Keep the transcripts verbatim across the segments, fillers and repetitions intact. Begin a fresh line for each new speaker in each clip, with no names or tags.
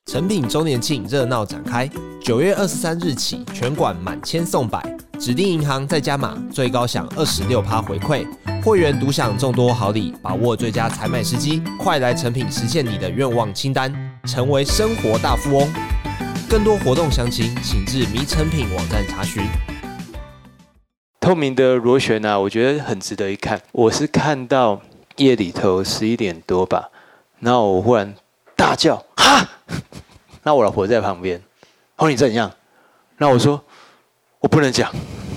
诚品周年庆热闹展开，九月二十三日起，全馆满千送百，指定银行再加码，最高享 百分之二十六 回馈，会员独享众多好礼，把握最佳采买时机，快来诚品实现你的愿望清单，成为生活大富翁。更多活动详情，请至迷诚品网站查询。
透明的螺旋啊，我觉得很值得一看。我是看到夜里头十一点多吧，然后我忽然大叫哈，那我老婆在旁边，哦你怎样？那我说我不能讲。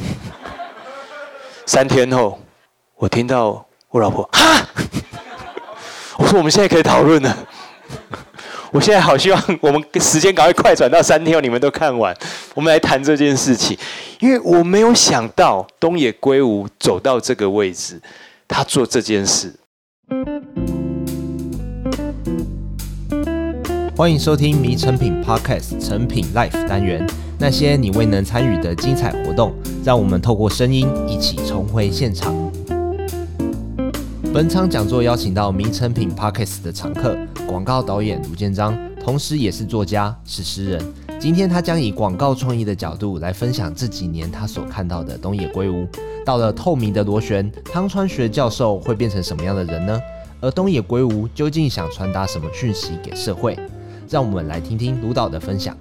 三天后，我听到我老婆哈，我说我们现在可以讨论了。我现在好希望我们时间赶快快转到三天后，你们都看完，我们来谈这件事情。因为我没有想到东野圭吾走到这个位置，他做这件事。
欢迎收听迷诚品 Podcast 诚品 Life 单元，那些你未能参与的精彩活动，让我们透过声音一起重回现场。本场讲座邀请到迷诚品 Podcast 的常客，广告导演卢建章，同时也是作家，是诗人。今天他将以广告创意的角度来分享这几年他所看到的东野圭吾。到了透明的螺旋，汤川学教授会变成什么样的人呢？而东野圭吾究竟想传达什么讯息给社会？让我们来听听卢导的分享。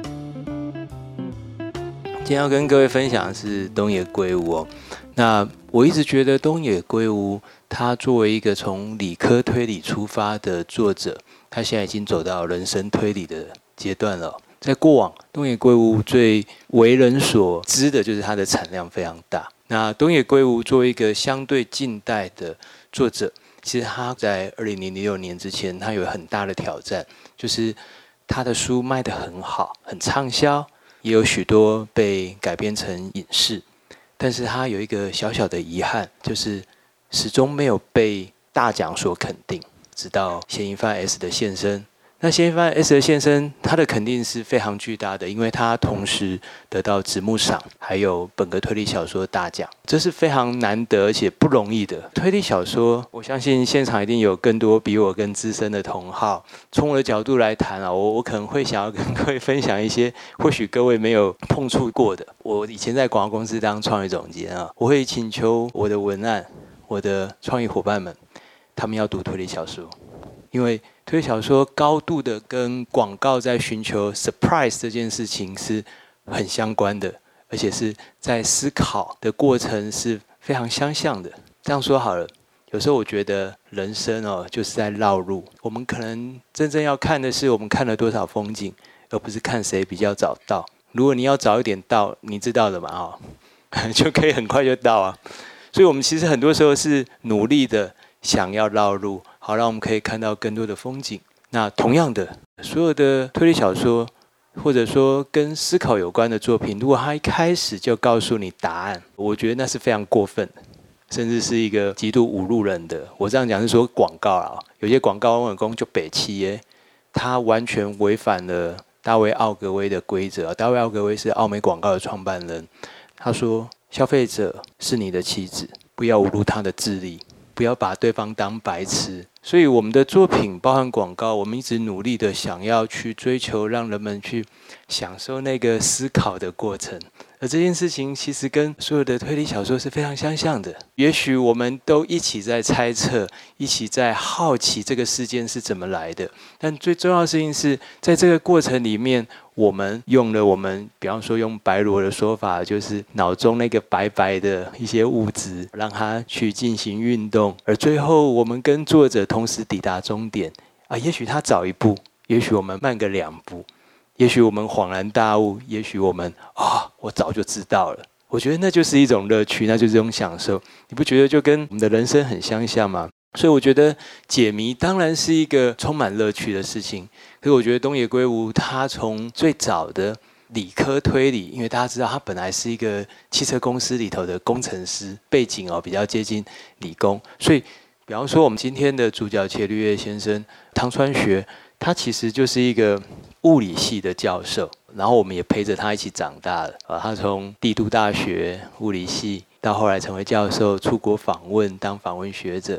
今天要跟各位分享的是东野圭吾哦。那我一直觉得东野圭吾他作为一个从理科推理出发的作者，他现在已经走到人生推理的阶段了。在过往，东野圭吾最为人所知的就是他的产量非常大。那东野圭吾作为一个相对近代的作者，其实他在二零零六年之前，他有很大的挑战，就是他的书卖得很好，很畅销，也有许多被改编成影视。但是他有一个小小的遗憾，就是始终没有被大奖所肯定。直到嫌疑犯 S 的现身，那嫌疑犯 S 的现身，他的肯定是非常巨大的，因为他同时得到直木赏，还有本格推理小说大奖，这是非常难得而且不容易的。推理小说，我相信现场一定有更多比我更资深的同好。从我的角度来谈啊，我我可能会想要跟各位分享一些或许各位没有碰触过的。我以前在广告公司当创意总监啊，我会请求我的文案、我的创意伙伴们，他们要读推理小说，因为推理小说高度的跟广告在寻求 surprise 这件事情是很相关的，而且是在思考的过程是非常相像的。这样说好了，有时候我觉得人生哦就是在绕路，我们可能真正要看的是我们看了多少风景，而不是看谁比较早到。如果你要早一点到，你知道的嘛哦，就可以很快就到啊。所以我们其实很多时候是努力的想要绕路，好让我们可以看到更多的风景。那同样的，所有的推理小说，或者说跟思考有关的作品，如果他一开始就告诉你答案，我觉得那是非常过分的，甚至是一个极度侮辱人的。我这样讲是说广告啊，有些广告文工就北七耶，他完全违反了大卫奥格威的规则。大卫奥格威是奥美广告的创办人，他说消费者是你的棋子，不要侮辱他的智力，不要把对方当白痴。所以我们的作品包含广告，我们一直努力的想要去追求让人们去享受那个思考的过程，而这件事情其实跟所有的推理小说是非常相像的。也许我们都一起在猜测，一起在好奇这个事件是怎么来的，但最重要的事情是在这个过程里面，我们用了我们比方说用白罗的说法，就是脑中那个白白的一些物质，让它去进行运动，而最后我们跟作者同时抵达终点啊。也许他早一步，也许我们慢个两步，也许我们恍然大悟，也许我们啊，我早就知道了。我觉得那就是一种乐趣，那就是一种享受。你不觉得就跟我们的人生很相像吗？所以我觉得解谜当然是一个充满乐趣的事情。可是我觉得东野圭吾他从最早的理科推理，因为大家知道他本来是一个汽车公司里头的工程师，背景哦比较接近理工，所以比方说我们今天的主角伽利略先生汤川学，他其实就是一个物理系的教授，然后我们也陪着他一起长大了啊。他从帝都大学物理系到后来成为教授，出国访问当访问学者，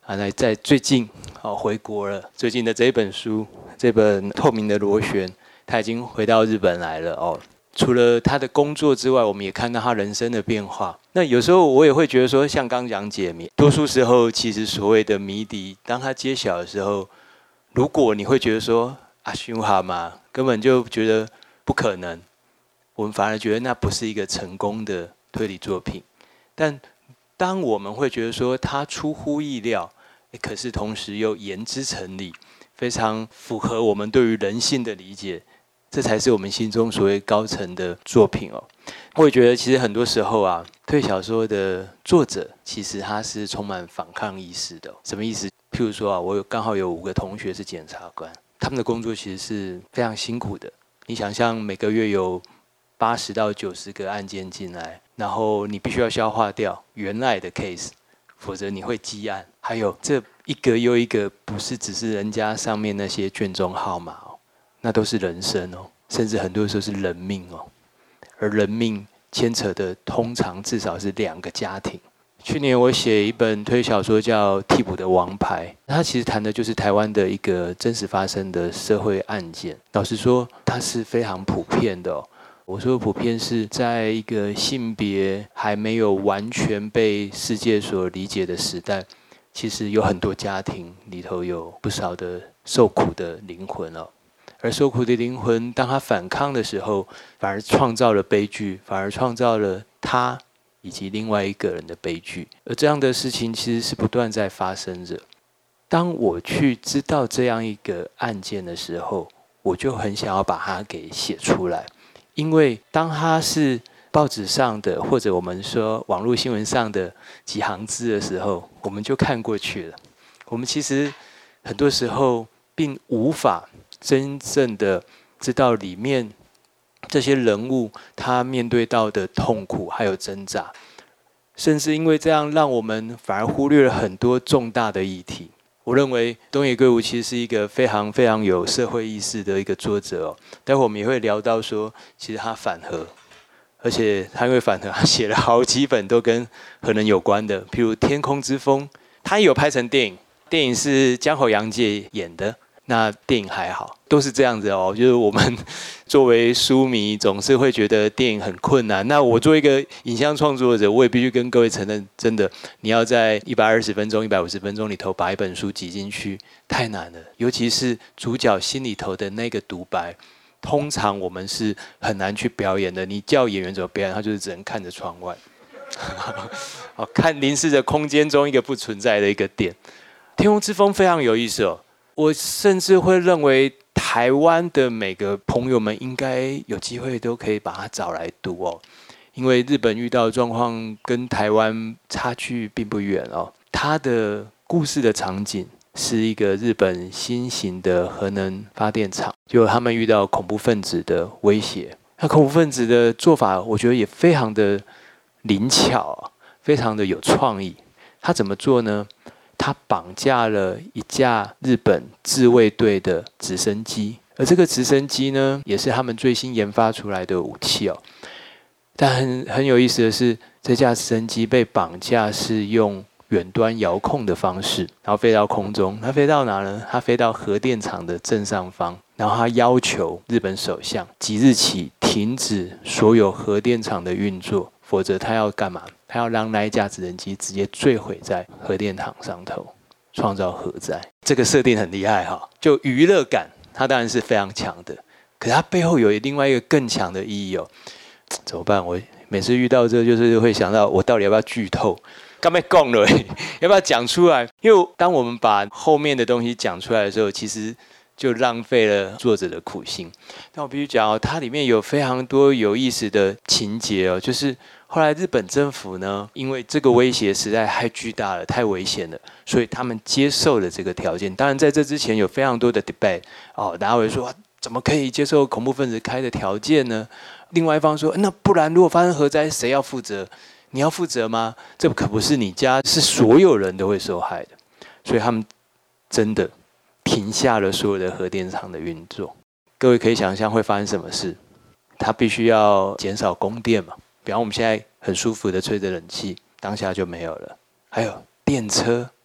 啊，那在最近哦回国了，最近的这一本书，这本《透明的螺旋》，他已经回到日本来了哦。除了他的工作之外，我们也看到他人生的变化。那有时候我也会觉得说，像刚讲解谜，多数时候其实所谓的谜底，当他揭晓的时候，如果你会觉得说啊，凶哈嘛，根本就觉得不可能，我们反而觉得那不是一个成功的推理作品。但当我们会觉得说他出乎意料，可是同时又言之成理，非常符合我们对于人性的理解。这才是我们心中所谓高层的作品哦。我也觉得，其实很多时候啊，推理小说的作者其实他是充满反抗意识的。什么意思？譬如说啊，我有刚好有五个同学是检察官，他们的工作其实是非常辛苦的。你想象每个月有八十到九十个案件进来，然后你必须要消化掉原来的 case， 否则你会积案。还有这一个又一个，不是只是人家上面那些卷宗号码哦。那都是人生哦，甚至很多时候是人命哦，而人命牵扯的通常至少是两个家庭。去年我写一本推理小说叫《替补的王牌》，它其实谈的就是台湾的一个真实发生的社会案件。老实说，它是非常普遍的哦。我说普遍是在一个性别还没有完全被世界所理解的时代，其实有很多家庭里头有不少的受苦的灵魂哦。而受苦的灵魂，当他反抗的时候，反而创造了悲剧，反而创造了他以及另外一个人的悲剧。而这样的事情其实是不断在发生着。当我去知道这样一个案件的时候，我就很想要把它给写出来，因为当它是报纸上的，或者我们说网络新闻上的几行字的时候，我们就看过去了。我们其实很多时候并无法真正的知道里面这些人物他面对到的痛苦还有挣扎，甚至因为这样让我们反而忽略了很多重大的议题。我认为东野圭吾其实是一个非常非常有社会意识的一个作者哦。待会我们也会聊到说，其实他反核，而且他因为反核，他写了好几本都跟核能有关的，譬如《天空之风》，他也有拍成电影，电影是江口洋介演的。那电影还好，都是这样子哦。就是我们作为书迷，总是会觉得电影很困难。那我作为一个影像创作者，我也必须跟各位承认，真的，你要在一百二十分钟、一百五十分钟里头把一本书挤进去，太难了。尤其是主角心里头的那个独白，通常我们是很难去表演的。你叫演员怎么表演，他就是只能看着窗外，看凝视着空间中一个不存在的一个点。天空之风非常有意思哦。我甚至会认为，台湾的每个朋友们应该有机会都可以把它找来读哦，因为日本遇到的状况跟台湾差距并不远哦。它的故事的场景是一个日本新型的核能发电厂，就他们遇到恐怖分子的威胁。那恐怖分子的做法，我觉得也非常的灵巧，非常的有创意。他怎么做呢？他绑架了一架日本自卫队的直升机，而这个直升机呢，也是他们最新研发出来的武器哦。但很很有意思的是，这架直升机被绑架是用远端遥控的方式，然后飞到空中。它飞到哪呢？它飞到核电厂的正上方，然后他要求日本首相即日起停止所有核电厂的运作，否则他要干嘛？他要让那一架直升机直接坠毁在核电厂上头，创造核灾。这个设定很厉害哈，就娱乐感，它当然是非常强的。可是它背后有另外一个更强的意义哦。怎么办？我每次遇到这，就是会想到我到底要不要剧透？刚才讲了，要不要讲出来？因为当我们把后面的东西讲出来的时候，其实就浪费了作者的苦心。但我必须讲哦，它里面有非常多有意思的情节哦，就是后来日本政府呢，因为这个威胁实在太巨大了，太危险了，所以他们接受了这个条件。当然，在这之前有非常多的 debate 哦，大家会说怎么可以接受恐怖分子开的条件呢？另外一方说，那不然如果发生核灾，谁要负责？你要负责吗？这可不是你家，是所有人都会受害的。所以他们真的停下了所有的核电厂的运作。各位可以想象会发生什么事？他必须要减少供电嘛。比方我们现在很舒服的吹着冷气，当下就没有了。还有电车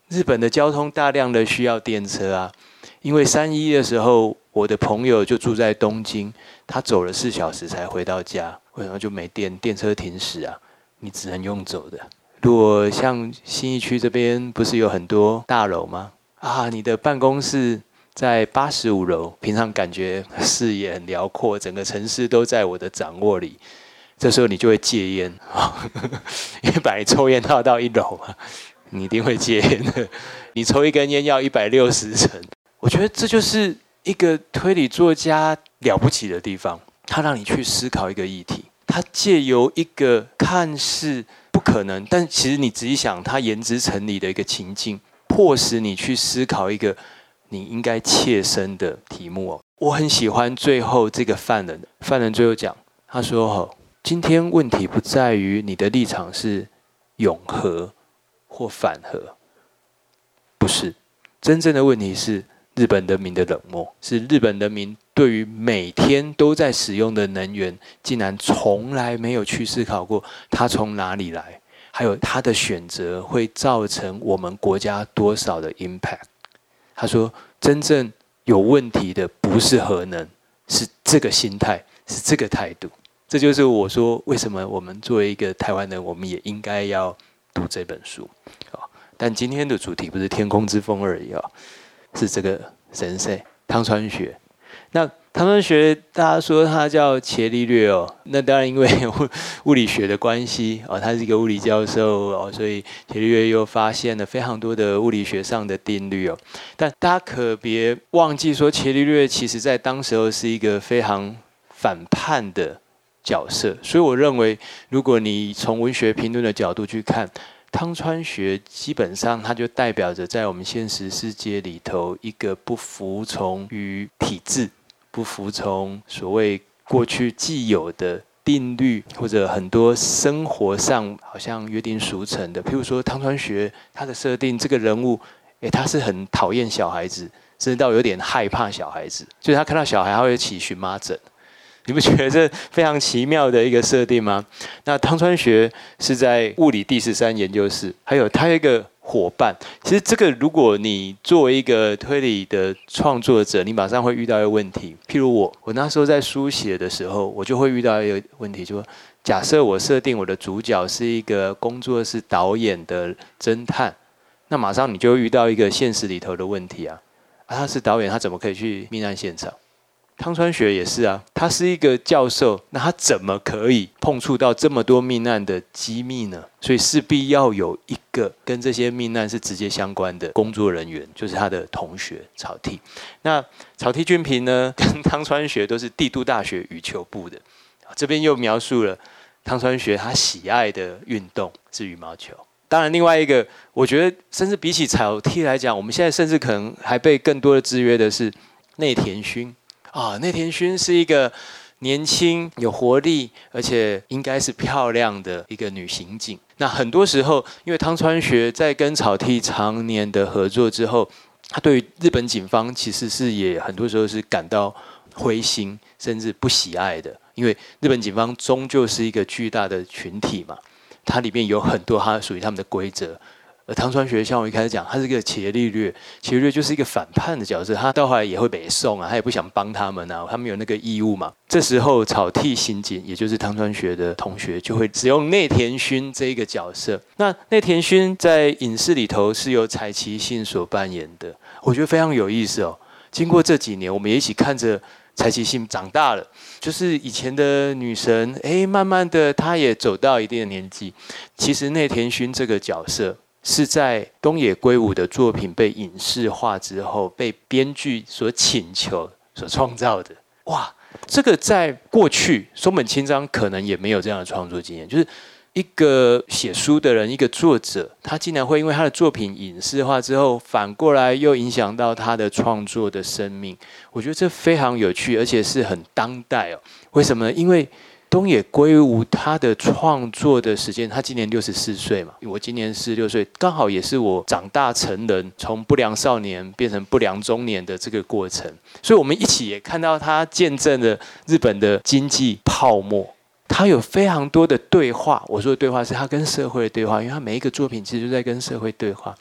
日本的交通大量的需要电车啊，因为三一的时候，我的朋友就住在东京，他走了四小时才回到家，为什么就没电？电车停驶啊，你只能用走的。如果像信义区这边不是有很多大楼吗？啊，你的办公室在八十五楼，平常感觉视野很辽阔，整个城市都在我的掌握里。这时候你就会戒烟，因为本来抽烟要到一楼嘛，你一定会戒烟的。你抽一根烟要一百六十层，我觉得这就是一个推理作家了不起的地方，他让你去思考一个议题，他借由一个看似不可能，但其实你仔细想，他言之成理的一个情境，迫使你去思考一个你应该切身的题目哦。我很喜欢最后这个犯人，犯人最后讲，他说：“哦，今天问题不在于你的立场是永和或反和，不是，真正的问题是日本人民的冷漠，是日本人民对于每天都在使用的能源，竟然从来没有去思考过它从哪里来，还有它的选择会造成我们国家多少的 impact。”他说，真正有问题的不是核能，是这个心态，是这个态度。这就是我说为什么我们作为一个台湾人，我们也应该要读这本书。但今天的主题不是天空之风而已，是这个神社汤川学。那汤川学大家说他叫伽利略哦，那当然因为物理学的关系哦，他是一个物理教授哦，所以伽利略又发现了非常多的物理学上的定律哦。但大家可别忘记说，伽利略其实在当时候是一个非常反叛的角色，所以我认为，如果你从文学评论的角度去看，汤川学基本上它就代表着在我们现实世界里头一个不服从于体制，不服从所谓过去既有的定律，或者很多生活上好像约定俗成的。譬如说汤川学他的设定，这个人物，诶，他是很讨厌小孩子，甚至到有点害怕小孩子，就是他看到小孩他会起荨麻疹。你不觉得这非常奇妙的一个设定吗？那汤川学是在物理第十三研究室，还有他有一个伙伴。其实这个，如果你作为一个推理的创作者，你马上会遇到一个问题。譬如我，我那时候在书写的时候，我就会遇到一个问题，就是假设我设定我的主角是一个工作是导演的侦探，那马上你就会遇到一个现实里头的问题啊，啊他是导演，他怎么可以去命案现场？汤川学也是啊，他是一个教授，那他怎么可以碰触到这么多命案的机密呢？所以势必要有一个跟这些命案是直接相关的工作人员，就是他的同学草剃。那草剃俊平呢，跟汤川学都是帝都大学羽球部的，这边又描述了汤川学他喜爱的运动是羽毛球。当然，另外一个，我觉得甚至比起草剃来讲，我们现在甚至可能还被更多的制约的是内田薰。啊，内田薰是一个年轻、有活力，而且应该是漂亮的一个女刑警。那很多时候，因为汤川学在跟草剃常年的合作之后，他对于日本警方其实是也很多时候是感到灰心，甚至不喜爱的。因为日本警方终究是一个巨大的群体嘛，它里面有很多它属于他们的规则。而汤川学像我一开始讲，他是个伽利略，伽利略就是一个反叛的角色，他到后来也会北宋啊，他也不想帮他们啊，他们有那个义务嘛。这时候草剃刑警，也就是汤川学的同学，就会使用内田薰这一个角色。那内田薰在影视里头是由柴崎幸所扮演的，我觉得非常有意思哦。经过这几年，我们也一起看着柴崎幸长大了，就是以前的女神，哎，慢慢的她也走到一定的年纪。其实内田薰这个角色，是在东野圭吾的作品被影视化之后，被编剧所请求所创造的。哇，这个在过去松本清张可能也没有这样的创作经验，就是一个写书的人，一个作者，他竟然会因为他的作品影视化之后，反过来又影响到他的创作的生命。我觉得这非常有趣，而且是很当代哦。为什么呢？因为东野圭吾他的创作的时间，他今年六十四岁嘛，我今年四十六岁，刚好也是我长大成人，从不良少年变成不良中年的这个过程。所以我们一起也看到他见证了日本的经济泡沫。他有非常多的对话，我说的对话是他跟社会的对话，因为他每一个作品其实就在跟社会对话。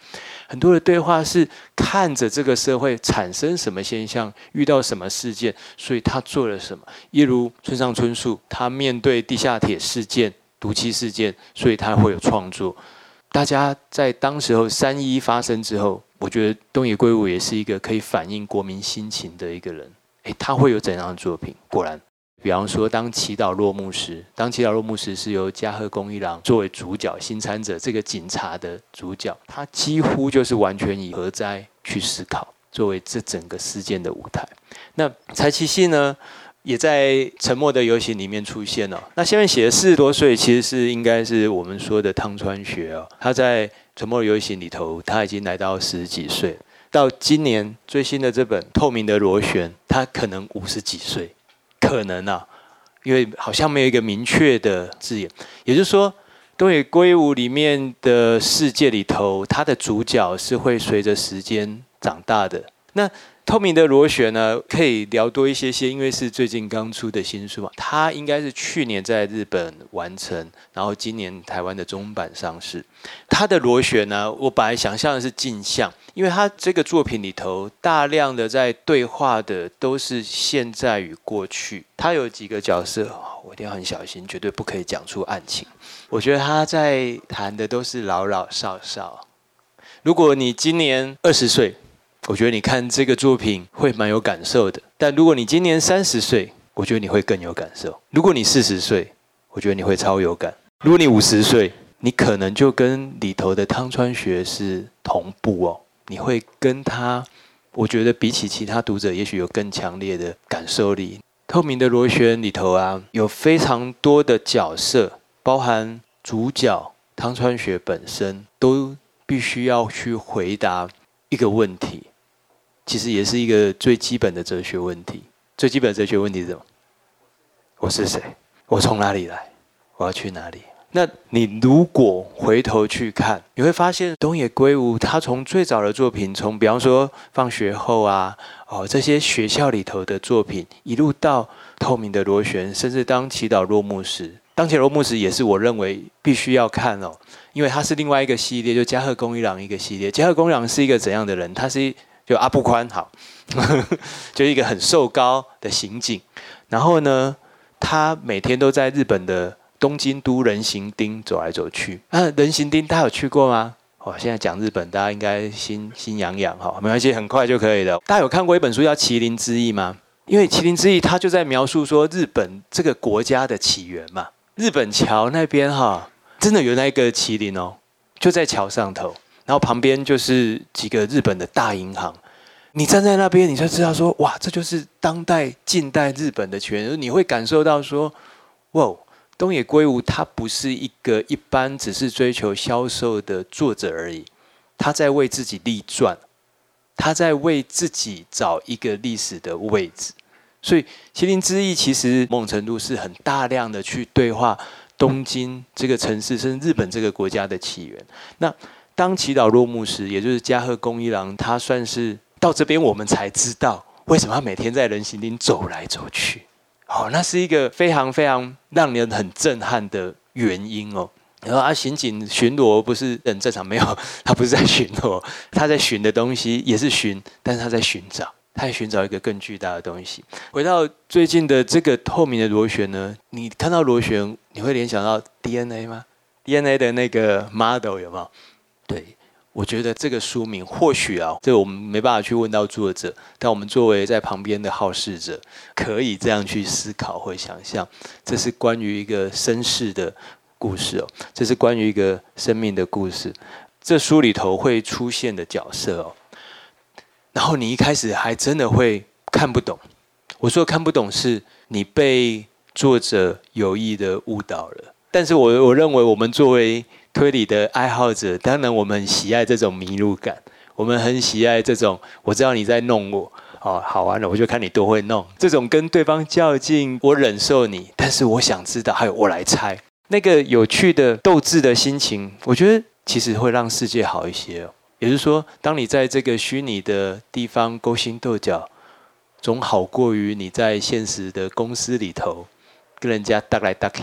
很多的对话是看着这个社会产生什么现象，遇到什么事件，所以他做了什么。例如村上春树，他面对地下铁事件、毒气事件，所以他会有创作。大家在当时候三一发生之后，我觉得东野圭吾也是一个可以反映国民心情的一个人。诶，他会有怎样的作品？果然，比方说，当祈祷落幕时，当祈祷落幕时是由加贺恭一郎作为主角，新参者这个警察的主角，他几乎就是完全以核灾去思考，作为这整个事件的舞台。那柴崎幸呢，也在《沉默的游行》里面出现了。那下面写的四十多岁，其实是应该是我们说的汤川学哦。他在《沉默的游行》里头，他已经来到十几岁了。到今年最新的这本《透明的螺旋》，他可能五十几岁。可能啊，因为好像没有一个明确的字眼，也就是说，东野圭吾里面的世界里头，它的主角是会随着时间长大的。那透明的螺旋呢，可以聊多一些些，因为是最近刚出的新书嘛，它应该是去年在日本完成，然后今年台湾的中版上市。它的螺旋呢，我本来想象的是镜像，因为它这个作品里头大量的在对话的都是现在与过去。它有几个角色，我一定要很小心，绝对不可以讲出案情。我觉得他在谈的都是老老少少。如果你今年二十岁，我觉得你看这个作品会蛮有感受的。但如果你今年三十岁，我觉得你会更有感受。如果你四十岁，我觉得你会超有感。如果你五十岁，你可能就跟里头的汤川学是同步哦。你会跟他，我觉得比起其他读者，也许有更强烈的感受力。透明的螺旋里头啊，有非常多的角色，包含主角汤川学本身，都必须要去回答一个问题。其实也是一个最基本的哲学问题。最基本的哲学问题是什么？我是谁？我从哪里来？我要去哪里？那你如果回头去看，你会发现东野圭吾他从最早的作品，从比方说放学后啊，哦这些学校里头的作品，一路到透明的螺旋，甚至当祈祷落幕时，当祈祷落幕时也是我认为必须要看哦，因为它是另外一个系列，就加贺恭一郎一个系列。加贺恭一郎是一个怎样的人？他是就阿布宽好，就一个很瘦高的刑警。然后呢，他每天都在日本的东京都人行町走来走去。啊，人行町大家有去过吗？哦，现在讲日本，大家应该心心痒痒哈，没关系，很快就可以了。大家有看过一本书叫《麒麟之翼》吗？因为《麒麟之翼》它就在描述说日本这个国家的起源嘛。日本桥那边哈，真的有那个麒麟哦，就在桥上头。然后旁边就是几个日本的大银行，你站在那边，你就知道说，哇，这就是当代、近代日本的起源。你会感受到说，哇，东野圭吾他不是一个一般只是追求销售的作者而已，他在为自己立传，他在为自己找一个历史的位置。所以《麒麟之翼》其实某种程度是很大量的去对话东京这个城市，甚至日本这个国家的起源。那当祈祷落幕时，也就是加贺恭一郎，他算是到这边我们才知道为什么他每天在人行町走来走去。哦，那是一个非常非常让人很震撼的原因哦。然后啊，刑警巡逻不是很正常，没有，他不是在巡逻，他在寻的东西也是寻，但是他在寻找，他在寻找一个更巨大的东西。回到最近的这个透明的螺旋呢，你看到螺旋，你会联想到 D N A 吗 ？D N A 的那个 model 有没有？对，我觉得这个书名或许啊，这个我们没办法去问到作者，但我们作为在旁边的好事者，可以这样去思考或想象，这是关于一个身世的故事哦，这是关于一个生命的故事。这书里头会出现的角色哦，然后你一开始还真的会看不懂。我说看不懂是你被作者有意的误导了，但是我我认为我们作为推理的爱好者，当然我们很喜爱这种迷路感，我们很喜爱这种我知道你在弄我，哦，好玩了，我就看你多会弄，这种跟对方较劲，我忍受你，但是我想知道，还有我来猜，那个有趣的斗智的心情，我觉得其实会让世界好一些哦。也就是说，当你在这个虚拟的地方勾心斗角，总好过于你在现实的公司里头跟人家搭来搭去。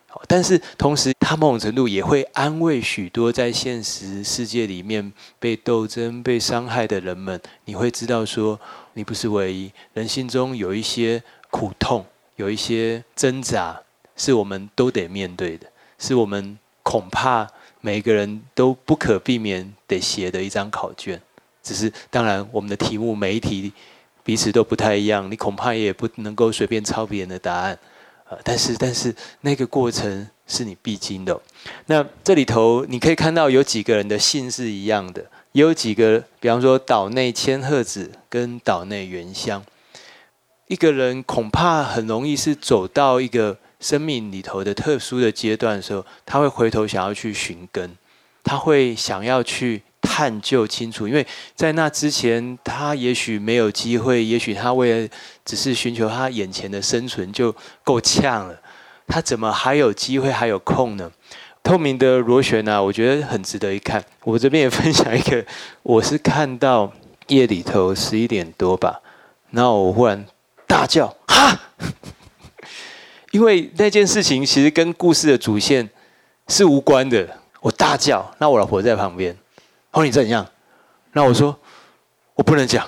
但是同时，他某种程度也会安慰许多在现实世界里面被斗争、被伤害的人们。你会知道说，你不是唯一，人心中有一些苦痛，有一些挣扎，是我们都得面对的，是我们恐怕每个人都不可避免得写的一张考卷。只是当然，我们的题目每一题彼此都不太一样，你恐怕也不能够随便抄别人的答案。呃，但是但是那个过程是你必经的。那这里头你可以看到有几个人的姓是一样的，也有几个，比方说岛内千鹤子跟岛内原香。一个人恐怕很容易是走到一个生命里头的特殊的阶段的时候，他会回头想要去寻根，他会想要去探究清楚，因为在那之前，他也许没有机会，也许他为了只是寻求他眼前的生存就够呛了，他怎么还有机会还有空呢？透明的螺旋啊，我觉得很值得一看。我这边也分享一个，我是看到夜里头十一点多吧，然后我忽然大叫哈，因为那件事情其实跟故事的主线是无关的，我大叫，那我老婆在旁边。哦，你怎样？那我说我不能讲。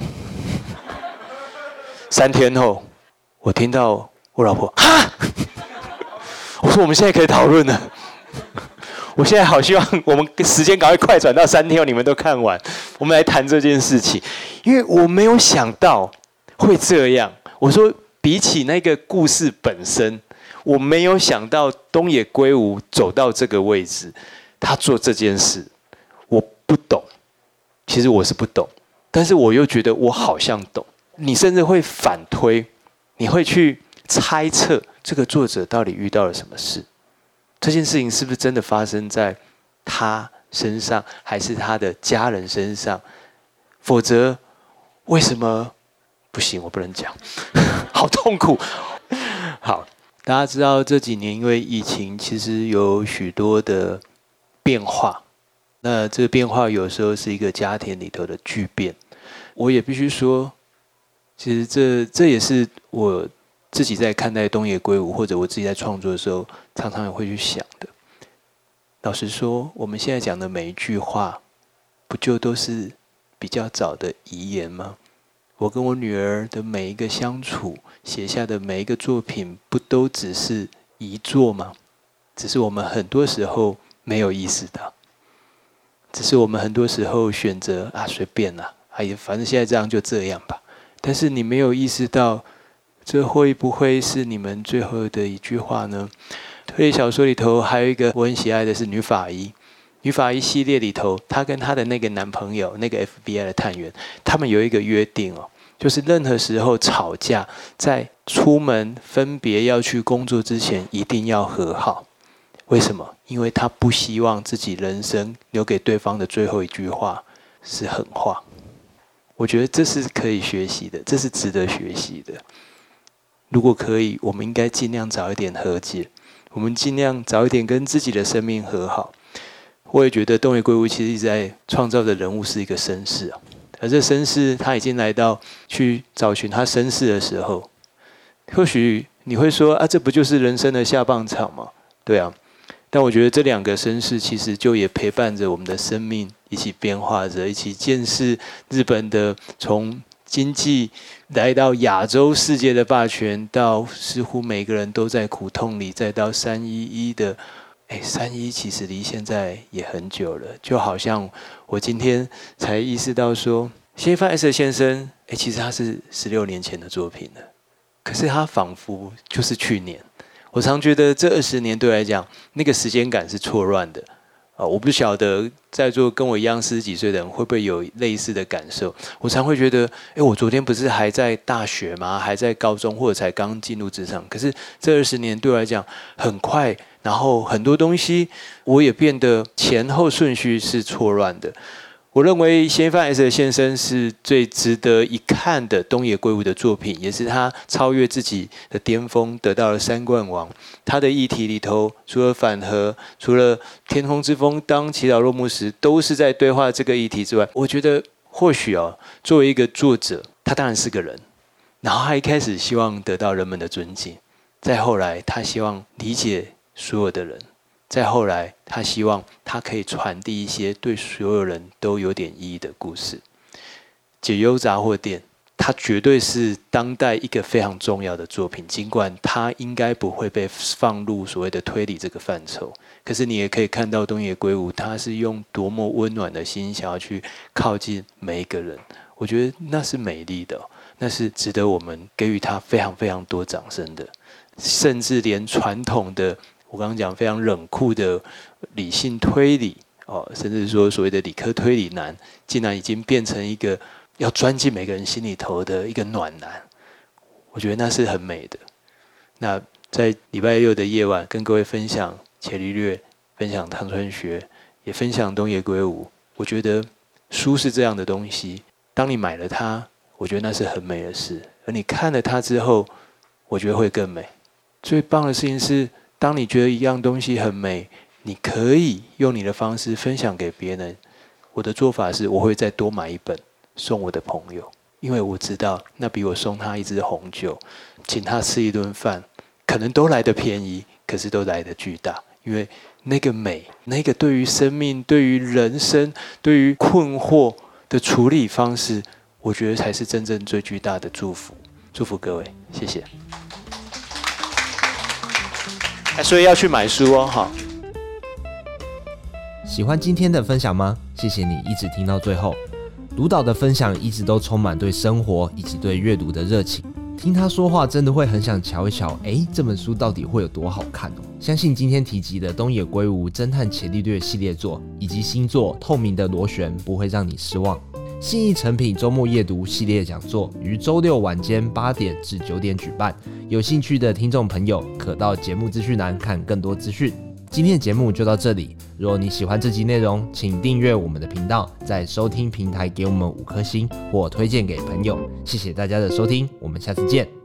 三天后，我听到我老婆哈，我说我们现在可以讨论了。我现在好希望我们时间赶快快转到三天后，你们都看完，我们来谈这件事情，因为我没有想到会这样。我说比起那个故事本身，我没有想到东野圭吾走到这个位置，他做这件事。不懂，其实我是不懂，但是我又觉得我好像懂。你甚至会反推，你会去猜测这个作者到底遇到了什么事，这件事情是不是真的发生在他身上，还是他的家人身上？否则，为什么不行？我不能讲，好痛苦。好，大家知道这几年因为疫情，其实有许多的变化。那这个变化有时候是一个家庭里头的巨变，我也必须说，其实这这也是我自己在看待东野圭吾，或者我自己在创作的时候，常常也会去想的。老实说，我们现在讲的每一句话，不就都是比较早的遗言吗？我跟我女儿的每一个相处，写下的每一个作品，不都只是遗作吗？只是我们很多时候没有意识到。只是我们很多时候选择啊，随便啦，哎呀，反正现在这样就这样吧。但是你没有意识到，这会不会是你们最后的一句话呢？推理小说里头还有一个我很喜爱的是女法医，女法医系列里头，她跟她的那个男朋友，那个 F B I 的探员，他们有一个约定哦，就是任何时候吵架，在出门分别要去工作之前，一定要和好。为什么？因为他不希望自己人生留给对方的最后一句话是狠话。我觉得这是可以学习的，这是值得学习的。如果可以，我们应该尽量早一点和解，我们尽量早一点跟自己的生命和好。我也觉得东野圭吾其实一直在创造的人物是一个绅士啊，而这绅士他已经来到去找寻他身世的时候，或许你会说啊，这不就是人生的下半场吗？对啊。但我觉得这两个绅士其实就也陪伴着我们的生命一起变化着，一起见识日本的从经济来到亚洲世界的霸权，到似乎每个人都在苦痛里，再到三一一的，哎，三一其实离现在也很久了，就好像我今天才意识到说，嫌疑犯 S 先生，哎，其实他是十六年前的作品了，可是他仿佛就是去年。我常觉得这二十年对我来讲，那个时间感是错乱的，啊，我不晓得在座跟我一样四十几岁的人会不会有类似的感受。我常会觉得，哎，我昨天不是还在大学吗？还在高中，或者才刚进入职场？可是这二十年对我来讲很快，然后很多东西我也变得前后顺序是错乱的。我认为嫌疑犯 S 的先生是最值得一看的东野圭吾的作品，也是他超越自己的巅峰，得到了三冠王。他的议题里头，除了反核，除了天空之风，当祈祷落幕时，都是在对话这个议题之外，我觉得或许哦，作为一个作者，他当然是个人，然后他一开始希望得到人们的尊敬，再后来他希望理解所有的人。再后来，他希望他可以传递一些对所有人都有点意义的故事。解忧杂货店，它绝对是当代一个非常重要的作品，尽管它应该不会被放入所谓的推理这个范畴，可是你也可以看到东野圭吾他是用多么温暖的心想要去靠近每一个人，我觉得那是美丽的，那是值得我们给予他非常非常多掌声的。甚至连传统的我刚刚讲非常冷酷的理性推理哦，甚至说所谓的理科推理男，竟然已经变成一个要钻进每个人心里头的一个暖男，我觉得那是很美的。那在礼拜六的夜晚，跟各位分享伽利略，分享唐传学，也分享东野圭吾。我觉得书是这样的东西，当你买了它，我觉得那是很美的事；而你看了它之后，我觉得会更美。最棒的事情是，当你觉得一样东西很美，你可以用你的方式分享给别人。我的做法是，我会再多买一本送我的朋友，因为我知道那比我送他一支红酒，请他吃一顿饭，可能都来得便宜，可是都来得巨大。因为那个美，那个对于生命、对于人生、对于困惑的处理方式，我觉得才是真正最巨大的祝福。祝福各位，谢谢。所以要去买书哦，好。
喜欢今天的分享吗？谢谢你一直听到最后。卢导的分享一直都充满对生活以及对阅读的热情，听他说话真的会很想瞧一瞧，诶，这本书到底会有多好看哦。相信今天提及的东野圭吾侦探伽利略系列作以及新作透明的螺旋不会让你失望。信义诚品周末夜读系列讲座于周六晚间八点至九点举办，有兴趣的听众朋友可到节目资讯栏看更多资讯。今天的节目就到这里，如果你喜欢这集内容，请订阅我们的频道，在收听平台给我们五颗星或推荐给朋友。谢谢大家的收听，我们下次见。